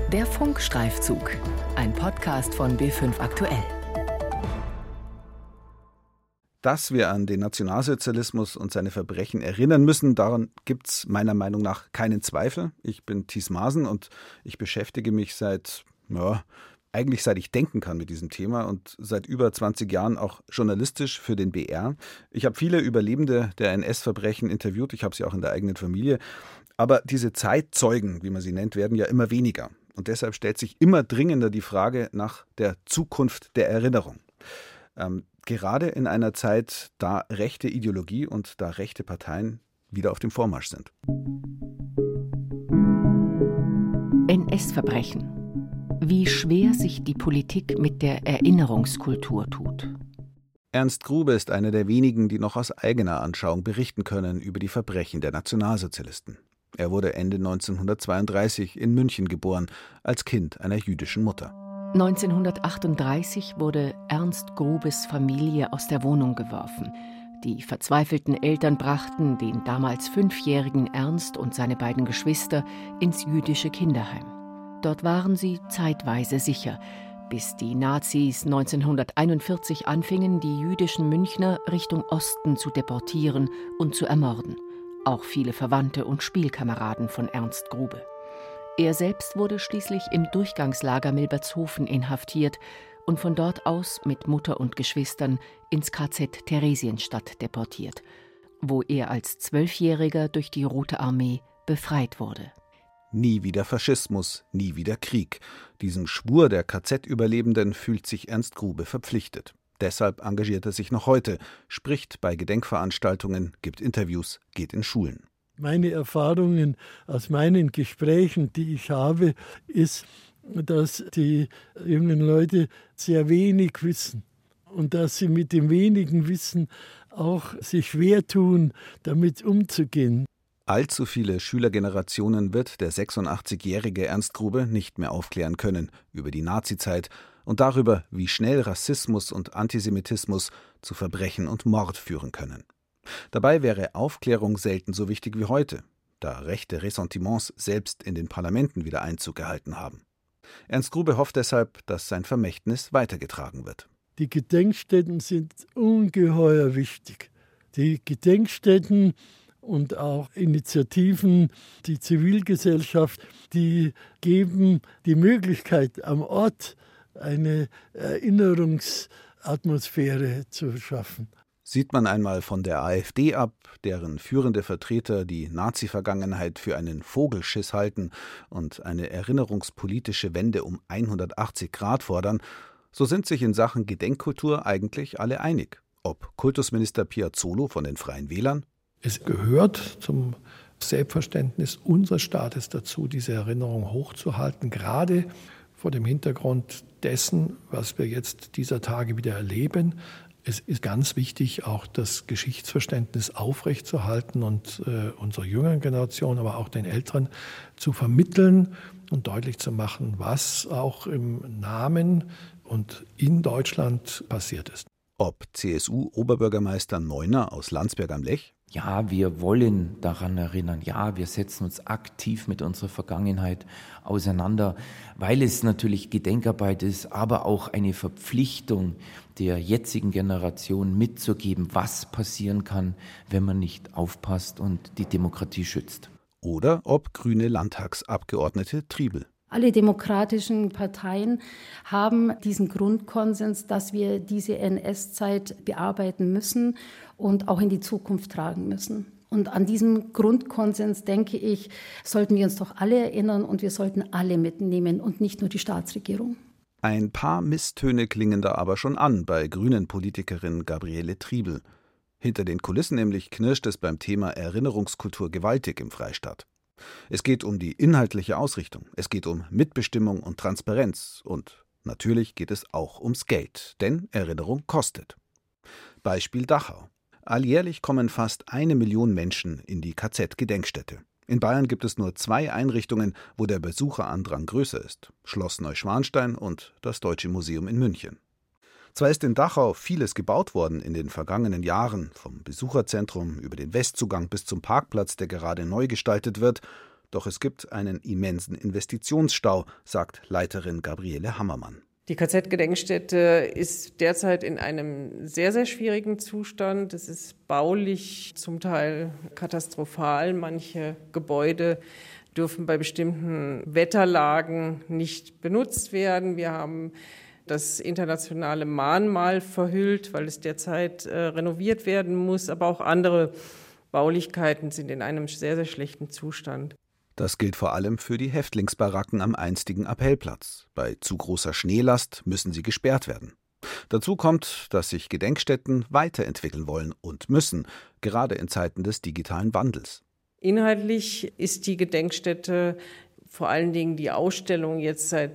Der Funkstreifzug, ein Podcast von B5 Aktuell. Dass wir an den Nationalsozialismus und seine Verbrechen erinnern müssen, daran gibt es meiner Meinung nach keinen Zweifel. Ich bin Thies Maaßen und ich beschäftige mich seit ich denken kann mit diesem Thema und seit über 20 Jahren auch journalistisch für den BR. Ich habe viele Überlebende der NS-Verbrechen interviewt, ich habe sie auch in der eigenen Familie. Aber diese Zeitzeugen, wie man sie nennt, werden ja immer weniger. Und deshalb stellt sich immer dringender die Frage nach der Zukunft der Erinnerung. Gerade in einer Zeit, da rechte Ideologie und da rechte Parteien wieder auf dem Vormarsch sind. NS-Verbrechen. Wie schwer sich die Politik mit der Erinnerungskultur tut. Ernst Grube ist einer der wenigen, die noch aus eigener Anschauung berichten können über die Verbrechen der Nationalsozialisten. Er wurde Ende 1932 in München geboren, als Kind einer jüdischen Mutter. 1938 wurde Ernst Grubes Familie aus der Wohnung geworfen. Die verzweifelten Eltern brachten den damals 5-jährigen Ernst und seine beiden Geschwister ins jüdische Kinderheim. Dort waren sie zeitweise sicher, bis die Nazis 1941 anfingen, die jüdischen Münchner Richtung Osten zu deportieren und zu ermorden. Auch viele Verwandte und Spielkameraden von Ernst Grube. Er selbst wurde schließlich im Durchgangslager Milbertshofen inhaftiert und von dort aus mit Mutter und Geschwistern ins KZ Theresienstadt deportiert, wo er als 12-Jähriger durch die Rote Armee befreit wurde. Nie wieder Faschismus, nie wieder Krieg. Diesem Schwur der KZ-Überlebenden fühlt sich Ernst Grube verpflichtet. Deshalb engagiert er sich noch heute, spricht bei Gedenkveranstaltungen, gibt Interviews, geht in Schulen. Meine Erfahrungen aus meinen Gesprächen, die ich habe, ist, dass die jungen Leute sehr wenig wissen und dass sie mit dem wenigen Wissen auch sich schwer tun, damit umzugehen. Allzu viele Schülergenerationen wird der 86-jährige Ernst Grube nicht mehr aufklären können über die Nazizeit und darüber, wie schnell Rassismus und Antisemitismus zu Verbrechen und Mord führen können. Dabei wäre Aufklärung selten so wichtig wie heute, da rechte Ressentiments selbst in den Parlamenten wieder Einzug gehalten haben. Ernst Grube hofft deshalb, dass sein Vermächtnis weitergetragen wird. Die Gedenkstätten sind ungeheuer wichtig. Die Gedenkstätten und auch Initiativen, die Zivilgesellschaft, die geben die Möglichkeit, am Ort eine Erinnerungsatmosphäre zu schaffen. Sieht man einmal von der AfD ab, deren führende Vertreter die Nazi-Vergangenheit für einen Vogelschiss halten und eine erinnerungspolitische Wende um 180 Grad fordern, so sind sich in Sachen Gedenkkultur eigentlich alle einig. Ob Kultusminister Piazzolo von den Freien Wählern? Es gehört zum Selbstverständnis unseres Staates dazu, diese Erinnerung hochzuhalten, gerade vor dem Hintergrund dessen, was wir jetzt dieser Tage wieder erleben. Es ist ganz wichtig, auch das Geschichtsverständnis aufrechtzuerhalten und unserer jüngeren Generation, aber auch den Älteren zu vermitteln und deutlich zu machen, was auch im Namen und in Deutschland passiert ist. Ob CSU-Oberbürgermeister Neuner aus Landsberg am Lech? Ja, wir wollen daran erinnern. Ja, wir setzen uns aktiv mit unserer Vergangenheit auseinander, weil es natürlich Gedenkarbeit ist, aber auch eine Verpflichtung der jetzigen Generation mitzugeben, was passieren kann, wenn man nicht aufpasst und die Demokratie schützt. Oder ob grüne Landtagsabgeordnete Triebel. Alle demokratischen Parteien haben diesen Grundkonsens, dass wir diese NS-Zeit bearbeiten müssen und auch in die Zukunft tragen müssen. Und an diesem Grundkonsens, denke ich, sollten wir uns doch alle erinnern und wir sollten alle mitnehmen und nicht nur die Staatsregierung. Ein paar Misstöne klingen da aber schon an bei Grünen-Politikerin Gabriele Triebel. Hinter den Kulissen nämlich knirscht es beim Thema Erinnerungskultur gewaltig im Freistaat. Es geht um die inhaltliche Ausrichtung, es geht um Mitbestimmung und Transparenz und natürlich geht es auch ums Geld, denn Erinnerung kostet. Beispiel Dachau. Alljährlich kommen fast 1 Million Menschen in die KZ-Gedenkstätte. In Bayern gibt es nur 2 Einrichtungen, wo der Besucherandrang größer ist: Schloss Neuschwanstein und das Deutsche Museum in München. Zwar ist in Dachau vieles gebaut worden in den vergangenen Jahren, vom Besucherzentrum über den Westzugang bis zum Parkplatz, der gerade neu gestaltet wird, Doch es gibt einen immensen Investitionsstau, sagt Leiterin Gabriele Hammermann. Die KZ-Gedenkstätte ist derzeit in einem sehr, sehr schwierigen Zustand. Es ist baulich zum Teil katastrophal. Manche Gebäude dürfen bei bestimmten Wetterlagen nicht benutzt werden. Wir haben das internationale Mahnmal verhüllt, weil es derzeit renoviert werden muss. Aber auch andere Baulichkeiten sind in einem sehr, sehr schlechten Zustand. Das gilt vor allem für die Häftlingsbaracken am einstigen Appellplatz. Bei zu großer Schneelast müssen sie gesperrt werden. Dazu kommt, dass sich Gedenkstätten weiterentwickeln wollen und müssen, gerade in Zeiten des digitalen Wandels. Inhaltlich ist die Gedenkstätte vor allen Dingen die Ausstellung jetzt seit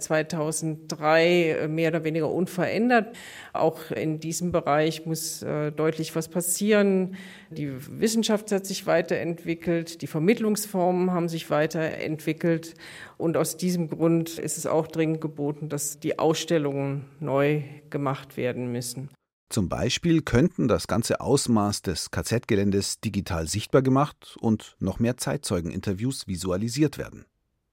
2003 mehr oder weniger unverändert. Auch in diesem Bereich muss deutlich was passieren. Die Wissenschaft hat sich weiterentwickelt, die Vermittlungsformen haben sich weiterentwickelt. Und aus diesem Grund ist es auch dringend geboten, dass die Ausstellungen neu gemacht werden müssen. Zum Beispiel könnten das ganze Ausmaß des KZ-Geländes digital sichtbar gemacht und noch mehr Zeitzeugeninterviews visualisiert werden.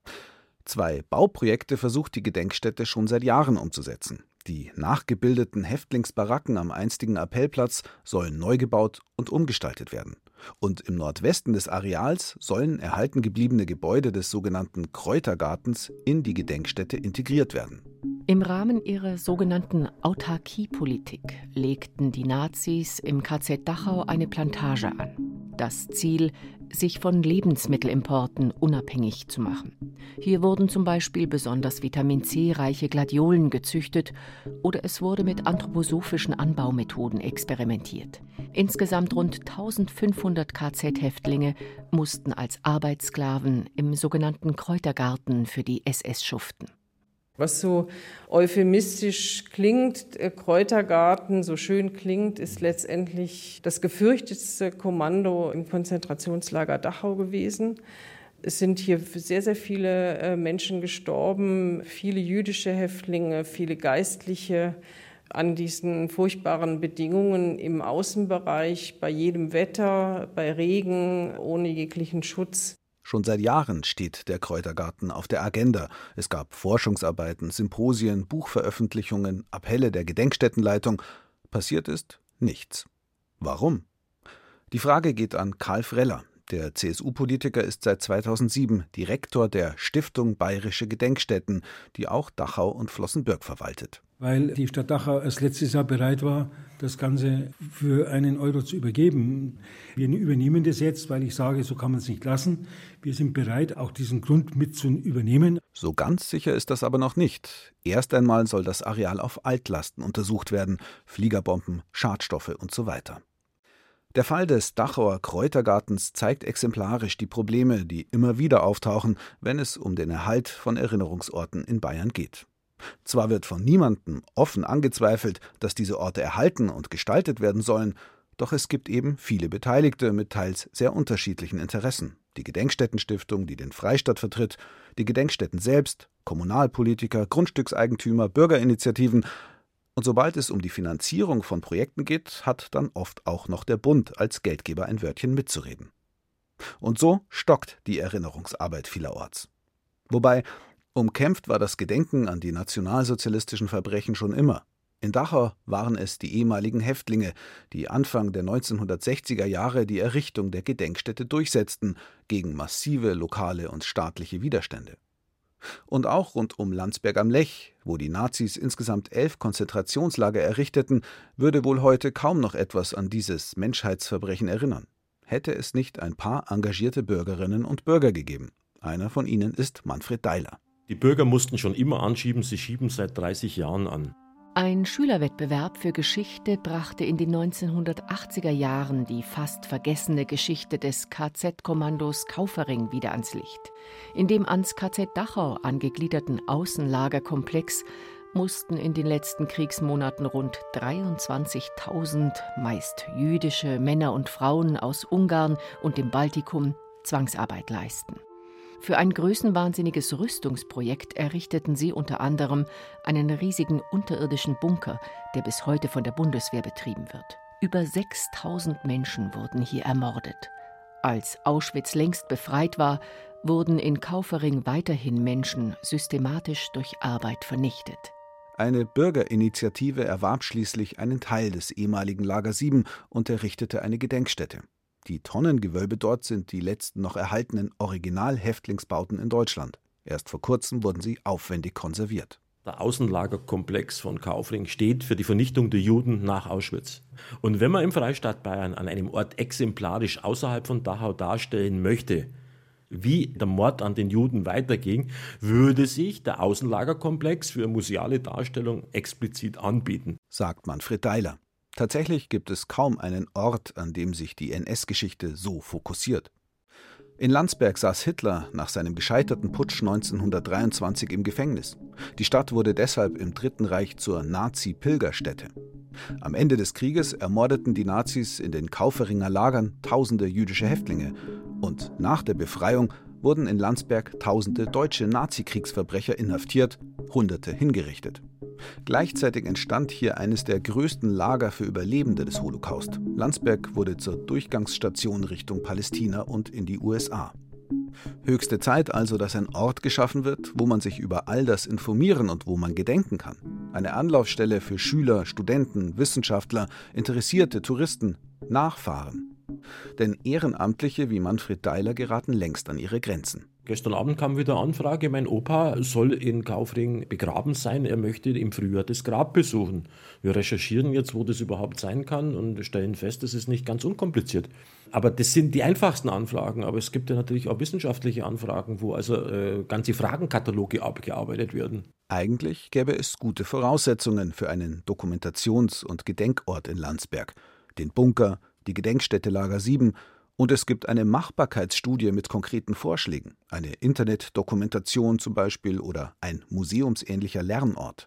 2 Bauprojekte versucht die Gedenkstätte schon seit Jahren umzusetzen. Die nachgebildeten Häftlingsbaracken am einstigen Appellplatz sollen neu gebaut und umgestaltet werden. Und im Nordwesten des Areals sollen erhalten gebliebene Gebäude des sogenannten Kräutergartens in die Gedenkstätte integriert werden. Im Rahmen ihrer sogenannten Autarkiepolitik legten die Nazis im KZ Dachau eine Plantage an. Das Ziel, sich von Lebensmittelimporten unabhängig zu machen. Hier wurden zum Beispiel besonders Vitamin C-reiche Gladiolen gezüchtet oder es wurde mit anthroposophischen Anbaumethoden experimentiert. Insgesamt rund 1500 KZ-Häftlinge mussten als Arbeitssklaven im sogenannten Kräutergarten für die SS schuften. Was so euphemistisch klingt, Kräutergarten, so schön klingt, ist letztendlich das gefürchtetste Kommando im Konzentrationslager Dachau gewesen. Es sind hier sehr, sehr viele Menschen gestorben, viele jüdische Häftlinge, viele Geistliche an diesen furchtbaren Bedingungen im Außenbereich, bei jedem Wetter, bei Regen, ohne jeglichen Schutz. Schon seit Jahren steht der Kräutergarten auf der Agenda. Es gab Forschungsarbeiten, Symposien, Buchveröffentlichungen, Appelle der Gedenkstättenleitung. Passiert ist nichts. Warum? Die Frage geht an Karl Freller. Der CSU-Politiker ist seit 2007 Direktor der Stiftung Bayerische Gedenkstätten, die auch Dachau und Flossenbürg verwaltet. Weil die Stadt Dachau erst letztes Jahr bereit war, das Ganze für €1 zu übergeben. Wir übernehmen das jetzt, weil ich sage, so kann man es nicht lassen. Wir sind bereit, auch diesen Grund mit zu übernehmen. So ganz sicher ist das aber noch nicht. Erst einmal soll das Areal auf Altlasten untersucht werden, Fliegerbomben, Schadstoffe und so weiter. Der Fall des Dachauer Kräutergartens zeigt exemplarisch die Probleme, die immer wieder auftauchen, wenn es um den Erhalt von Erinnerungsorten in Bayern geht. Zwar wird von niemandem offen angezweifelt, dass diese Orte erhalten und gestaltet werden sollen, doch es gibt eben viele Beteiligte mit teils sehr unterschiedlichen Interessen. Die Gedenkstättenstiftung, die den Freistaat vertritt, die Gedenkstätten selbst, Kommunalpolitiker, Grundstückseigentümer, Bürgerinitiativen. Und sobald es um die Finanzierung von Projekten geht, hat dann oft auch noch der Bund als Geldgeber ein Wörtchen mitzureden. Und so stockt die Erinnerungsarbeit vielerorts. Wobei, umkämpft war das Gedenken an die nationalsozialistischen Verbrechen schon immer. In Dachau waren es die ehemaligen Häftlinge, die Anfang der 1960er Jahre die Errichtung der Gedenkstätte durchsetzten, gegen massive lokale und staatliche Widerstände. Und auch rund um Landsberg am Lech, wo die Nazis insgesamt 11 Konzentrationslager errichteten, würde wohl heute kaum noch etwas an dieses Menschheitsverbrechen erinnern. Hätte es nicht ein paar engagierte Bürgerinnen und Bürger gegeben. Einer von ihnen ist Manfred Deiler. Die Bürger mussten schon immer anschieben, sie schieben seit 30 Jahren an. Ein Schülerwettbewerb für Geschichte brachte in den 1980er Jahren die fast vergessene Geschichte des KZ-Kommandos Kaufering wieder ans Licht. In dem ans KZ Dachau angegliederten Außenlagerkomplex mussten in den letzten Kriegsmonaten rund 23.000 meist jüdische Männer und Frauen aus Ungarn und dem Baltikum Zwangsarbeit leisten. Für ein größenwahnsinniges Rüstungsprojekt errichteten sie unter anderem einen riesigen unterirdischen Bunker, der bis heute von der Bundeswehr betrieben wird. Über 6.000 Menschen wurden hier ermordet. Als Auschwitz längst befreit war, wurden in Kaufering weiterhin Menschen systematisch durch Arbeit vernichtet. Eine Bürgerinitiative erwarb schließlich einen Teil des ehemaligen Lager 7 und errichtete eine Gedenkstätte. Die Tonnengewölbe dort sind die letzten noch erhaltenen Original-Häftlingsbauten in Deutschland. Erst vor kurzem wurden sie aufwendig konserviert. Der Außenlagerkomplex von Kaufering steht für die Vernichtung der Juden nach Auschwitz. Und wenn man im Freistaat Bayern an einem Ort exemplarisch außerhalb von Dachau darstellen möchte, wie der Mord an den Juden weiterging, würde sich der Außenlagerkomplex für museale Darstellung explizit anbieten, sagt Manfred Deiler. Tatsächlich gibt es kaum einen Ort, an dem sich die NS-Geschichte so fokussiert. In Landsberg saß Hitler nach seinem gescheiterten Putsch 1923 im Gefängnis. Die Stadt wurde deshalb im Dritten Reich zur Nazi-Pilgerstätte. Am Ende des Krieges ermordeten die Nazis in den Kauferinger Lagern tausende jüdische Häftlinge. Und nach der Befreiung wurden in Landsberg tausende deutsche Nazi-Kriegsverbrecher inhaftiert, Hunderte hingerichtet. Gleichzeitig entstand hier eines der größten Lager für Überlebende des Holocaust. Landsberg wurde zur Durchgangsstation Richtung Palästina und in die USA. Höchste Zeit also, dass ein Ort geschaffen wird, wo man sich über all das informieren und wo man gedenken kann. Eine Anlaufstelle für Schüler, Studenten, Wissenschaftler, interessierte Touristen, Nachfahren. Denn Ehrenamtliche wie Manfred Deiler geraten längst an ihre Grenzen. Gestern Abend kam wieder Anfrage, mein Opa soll in Kaufering begraben sein, er möchte im Frühjahr das Grab besuchen. Wir recherchieren jetzt, wo das überhaupt sein kann und stellen fest, das ist nicht ganz unkompliziert. Aber das sind die einfachsten Anfragen, aber es gibt ja natürlich auch wissenschaftliche Anfragen, wo also ganze Fragenkataloge abgearbeitet werden. Eigentlich gäbe es gute Voraussetzungen für einen Dokumentations- und Gedenkort in Landsberg. Den Bunker, die Gedenkstätte Lager 7 und es gibt eine Machbarkeitsstudie mit konkreten Vorschlägen, eine Internetdokumentation zum Beispiel oder ein museumsähnlicher Lernort.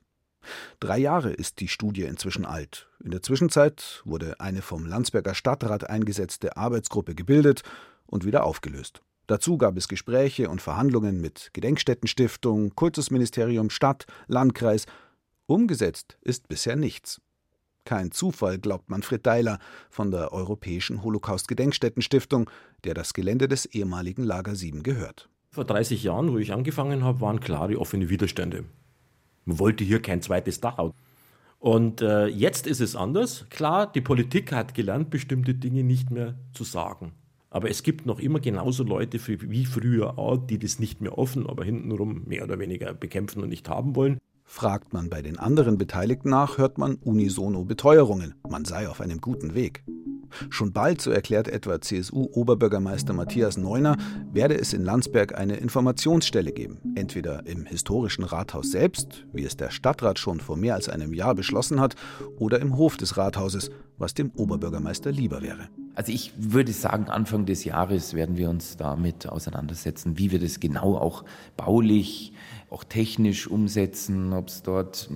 3 Jahre ist die Studie inzwischen alt. In der Zwischenzeit wurde eine vom Landsberger Stadtrat eingesetzte Arbeitsgruppe gebildet und wieder aufgelöst. Dazu gab es Gespräche und Verhandlungen mit Gedenkstättenstiftung, Kultusministerium, Stadt, Landkreis. Umgesetzt ist bisher nichts. Kein Zufall, glaubt Manfred Deiler von der Europäischen Holocaust-Gedenkstättenstiftung, der das Gelände des ehemaligen Lager 7 gehört. Vor 30 Jahren, wo ich angefangen habe, waren klare, offene Widerstände. Man wollte hier kein zweites Dachau. Und jetzt ist es anders. Klar, die Politik hat gelernt, bestimmte Dinge nicht mehr zu sagen. Aber es gibt noch immer genauso Leute wie früher auch, die das nicht mehr offen, aber hintenrum mehr oder weniger bekämpfen und nicht haben wollen. Fragt man bei den anderen Beteiligten nach, hört man unisono Beteuerungen, man sei auf einem guten Weg. Schon bald, so erklärt etwa CSU-Oberbürgermeister Matthias Neuner, werde es in Landsberg eine Informationsstelle geben. Entweder im historischen Rathaus selbst, wie es der Stadtrat schon vor mehr als einem Jahr beschlossen hat, oder im Hof des Rathauses, was dem Oberbürgermeister lieber wäre. Also ich würde sagen, Anfang des Jahres werden wir uns damit auseinandersetzen, wie wir das genau auch baulich, auch technisch umsetzen, ob es dort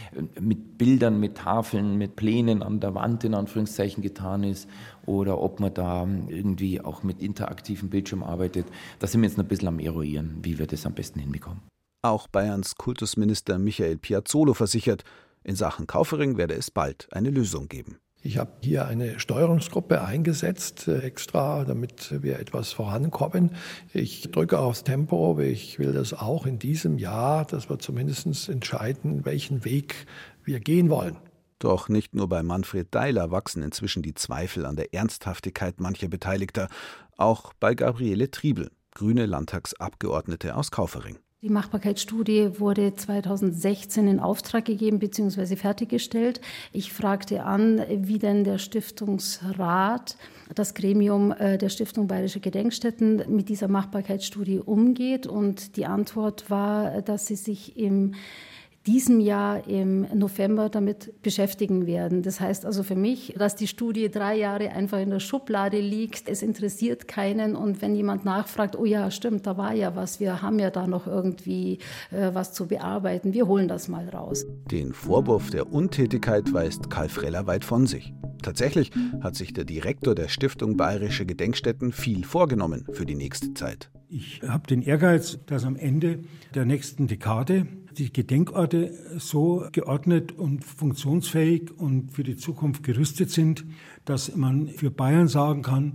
mit Bildern, mit Tafeln, mit Plänen an der Wand in Anführungszeichen getan ist oder ob man da irgendwie auch mit interaktivem Bildschirm arbeitet. Da sind wir jetzt noch ein bisschen am Eruieren, wie wir das am besten hinbekommen. Auch Bayerns Kultusminister Michael Piazzolo versichert, in Sachen Kaufering werde es bald eine Lösung geben. Ich habe hier eine Steuerungsgruppe eingesetzt, extra, damit wir etwas vorankommen. Ich drücke aufs Tempo, ich will das auch in diesem Jahr, dass wir zumindest entscheiden, welchen Weg wir gehen wollen. Doch nicht nur bei Manfred Deiler wachsen inzwischen die Zweifel an der Ernsthaftigkeit mancher Beteiligter, auch bei Gabriele Triebel, grüne Landtagsabgeordnete aus Kaufering. Die Machbarkeitsstudie wurde 2016 in Auftrag gegeben bzw. fertiggestellt. Ich fragte an, wie denn der Stiftungsrat, das Gremium der Stiftung Bayerische Gedenkstätten, mit dieser Machbarkeitsstudie umgeht. Und die Antwort war, dass sie sich in diesem Jahr im November damit beschäftigen werden. Das heißt also für mich, dass die Studie 3 Jahre einfach in der Schublade liegt. Es interessiert keinen und wenn jemand nachfragt, oh ja, stimmt, da war ja was, wir haben ja da noch irgendwie was zu bearbeiten, wir holen das mal raus. Den Vorwurf der Untätigkeit weist Karl Freller weit von sich. Tatsächlich hat sich der Direktor der Stiftung Bayerische Gedenkstätten viel vorgenommen für die nächste Zeit. Ich habe den Ehrgeiz, dass am Ende der nächsten Dekade die Gedenkorte so geordnet und funktionsfähig und für die Zukunft gerüstet sind, dass man für Bayern sagen kann,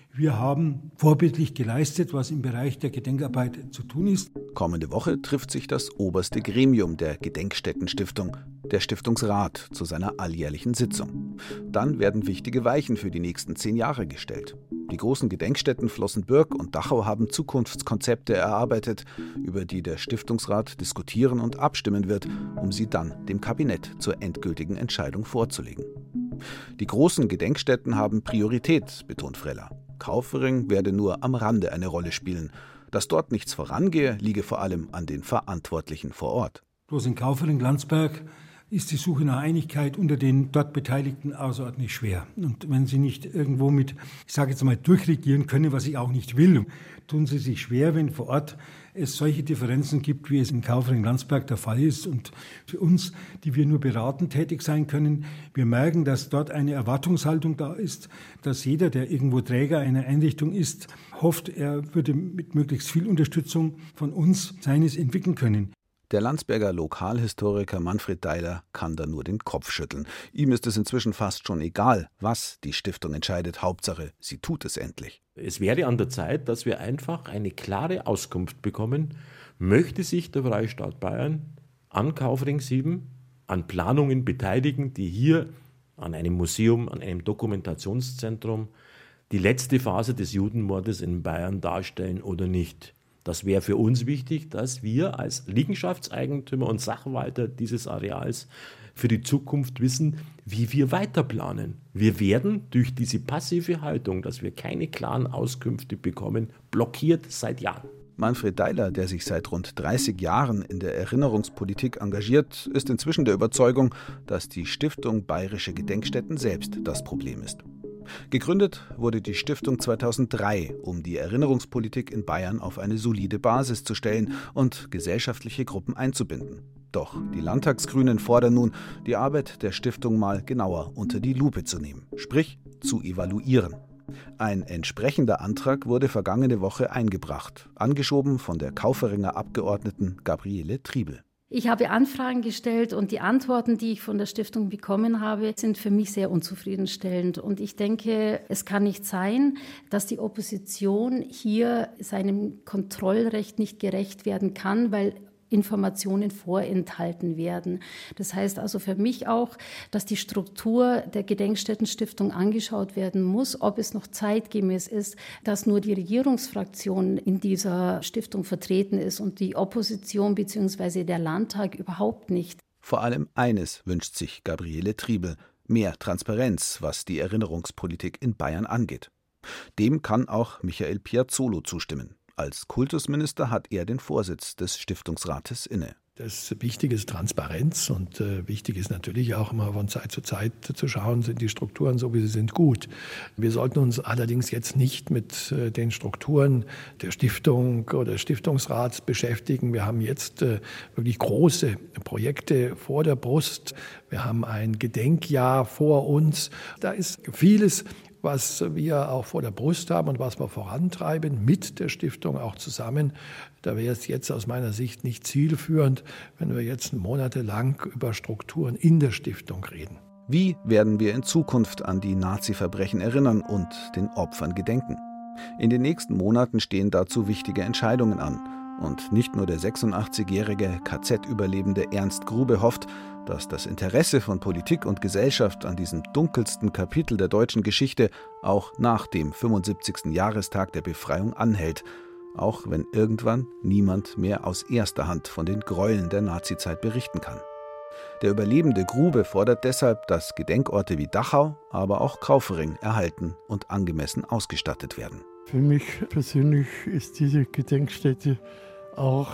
Wir haben vorbildlich geleistet, was im Bereich der Gedenkarbeit zu tun ist. Kommende Woche trifft sich das oberste Gremium der Gedenkstättenstiftung, der Stiftungsrat, zu seiner alljährlichen Sitzung. Dann werden wichtige Weichen für die nächsten 10 Jahre gestellt. Die großen Gedenkstätten Flossenbürg und Dachau haben Zukunftskonzepte erarbeitet, über die der Stiftungsrat diskutieren und abstimmen wird, um sie dann dem Kabinett zur endgültigen Entscheidung vorzulegen. Die großen Gedenkstätten haben Priorität, betont Freller. Kaufering werde nur am Rande eine Rolle spielen. Dass dort nichts vorangehe, liege vor allem an den Verantwortlichen vor Ort. Bloß in Kaufering-Landsberg ist die Suche nach Einigkeit unter den dort Beteiligten außerordentlich schwer. Und wenn sie nicht irgendwo mit, ich sage jetzt mal, durchregieren können, was ich auch nicht will, tun sie sich schwer, wenn vor Ort es solche Differenzen gibt, wie es in Kaufering-Landsberg der Fall ist. Und für uns, die wir nur beratend tätig sein können, wir merken, dass dort eine Erwartungshaltung da ist, dass jeder, der irgendwo Träger einer Einrichtung ist, hofft, er würde mit möglichst viel Unterstützung von uns seines entwickeln können. Der Landsberger Lokalhistoriker Manfred Deiler kann da nur den Kopf schütteln. Ihm ist es inzwischen fast schon egal, was die Stiftung entscheidet. Hauptsache, sie tut es endlich. Es wäre an der Zeit, dass wir einfach eine klare Auskunft bekommen, möchte sich der Freistaat Bayern an Kaufering 7, an Planungen beteiligen, die hier an einem Museum, an einem Dokumentationszentrum die letzte Phase des Judenmordes in Bayern darstellen oder nicht. Das wäre für uns wichtig, dass wir als Liegenschaftseigentümer und Sachwalter dieses Areals für die Zukunft wissen, wie wir weiterplanen. Wir werden durch diese passive Haltung, dass wir keine klaren Auskünfte bekommen, blockiert seit Jahren. Manfred Deiler, der sich seit rund 30 Jahren in der Erinnerungspolitik engagiert, ist inzwischen der Überzeugung, dass die Stiftung Bayerische Gedenkstätten selbst das Problem ist. Gegründet wurde die Stiftung 2003, um die Erinnerungspolitik in Bayern auf eine solide Basis zu stellen und gesellschaftliche Gruppen einzubinden. Doch die Landtagsgrünen fordern nun, die Arbeit der Stiftung mal genauer unter die Lupe zu nehmen, sprich zu evaluieren. Ein entsprechender Antrag wurde vergangene Woche eingebracht, angeschoben von der Kauferinger Abgeordneten Gabriele Triebel. Ich habe Anfragen gestellt und die Antworten, die ich von der Stiftung bekommen habe, sind für mich sehr unzufriedenstellend. Und ich denke, es kann nicht sein, dass die Opposition hier seinem Kontrollrecht nicht gerecht werden kann, weil Informationen vorenthalten werden. Das heißt also für mich auch, dass die Struktur der Gedenkstättenstiftung angeschaut werden muss, ob es noch zeitgemäß ist, dass nur die Regierungsfraktion in dieser Stiftung vertreten ist und die Opposition bzw. der Landtag überhaupt nicht. Vor allem eines wünscht sich Gabriele Triebel: mehr Transparenz, was die Erinnerungspolitik in Bayern angeht. Dem kann auch Michael Piazzolo zustimmen. Als Kultusminister hat er den Vorsitz des Stiftungsrates inne. Das Wichtige ist Transparenz und wichtig ist natürlich auch immer von Zeit zu Zeit zu schauen, sind die Strukturen so, wie sie sind, gut. Wir sollten uns allerdings jetzt nicht mit den Strukturen der Stiftung oder des Stiftungsrats beschäftigen. Wir haben jetzt wirklich große Projekte vor der Brust. Wir haben ein Gedenkjahr vor uns. Da ist vieles, was wir auch vor der Brust haben und was wir vorantreiben, mit der Stiftung auch zusammen. Da wäre es jetzt aus meiner Sicht nicht zielführend, wenn wir jetzt monatelang über Strukturen in der Stiftung reden. Wie werden wir in Zukunft an die Nazi-Verbrechen erinnern und den Opfern gedenken? In den nächsten Monaten stehen dazu wichtige Entscheidungen an. Und nicht nur der 86-jährige KZ-Überlebende Ernst Grube hofft, dass das Interesse von Politik und Gesellschaft an diesem dunkelsten Kapitel der deutschen Geschichte auch nach dem 75. Jahrestag der Befreiung anhält, auch wenn irgendwann niemand mehr aus erster Hand von den Gräueln der Nazizeit berichten kann. Der überlebende Grube fordert deshalb, dass Gedenkorte wie Dachau, aber auch Kaufering erhalten und angemessen ausgestattet werden. Für mich persönlich ist diese Gedenkstätte auch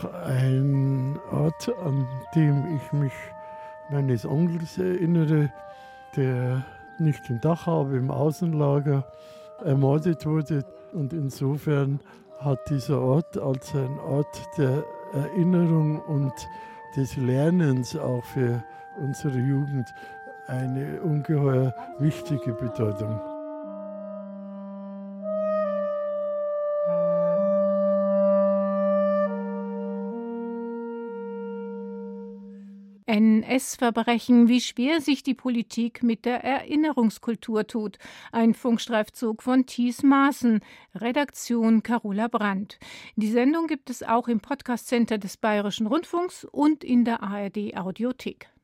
ein Ort, an dem ich mich meines Onkels erinnere, der nicht in Dachau, aber im Außenlager ermordet wurde. Und insofern hat dieser Ort als ein Ort der Erinnerung und des Lernens auch für unsere Jugend eine ungeheuer wichtige Bedeutung. NS-Verbrechen, wie schwer sich die Politik mit der Erinnerungskultur tut. Ein Funkstreifzug von Thies Maaßen, Redaktion Carola Brandt. Die Sendung gibt es auch im Podcast-Center des Bayerischen Rundfunks und in der ARD-Audiothek.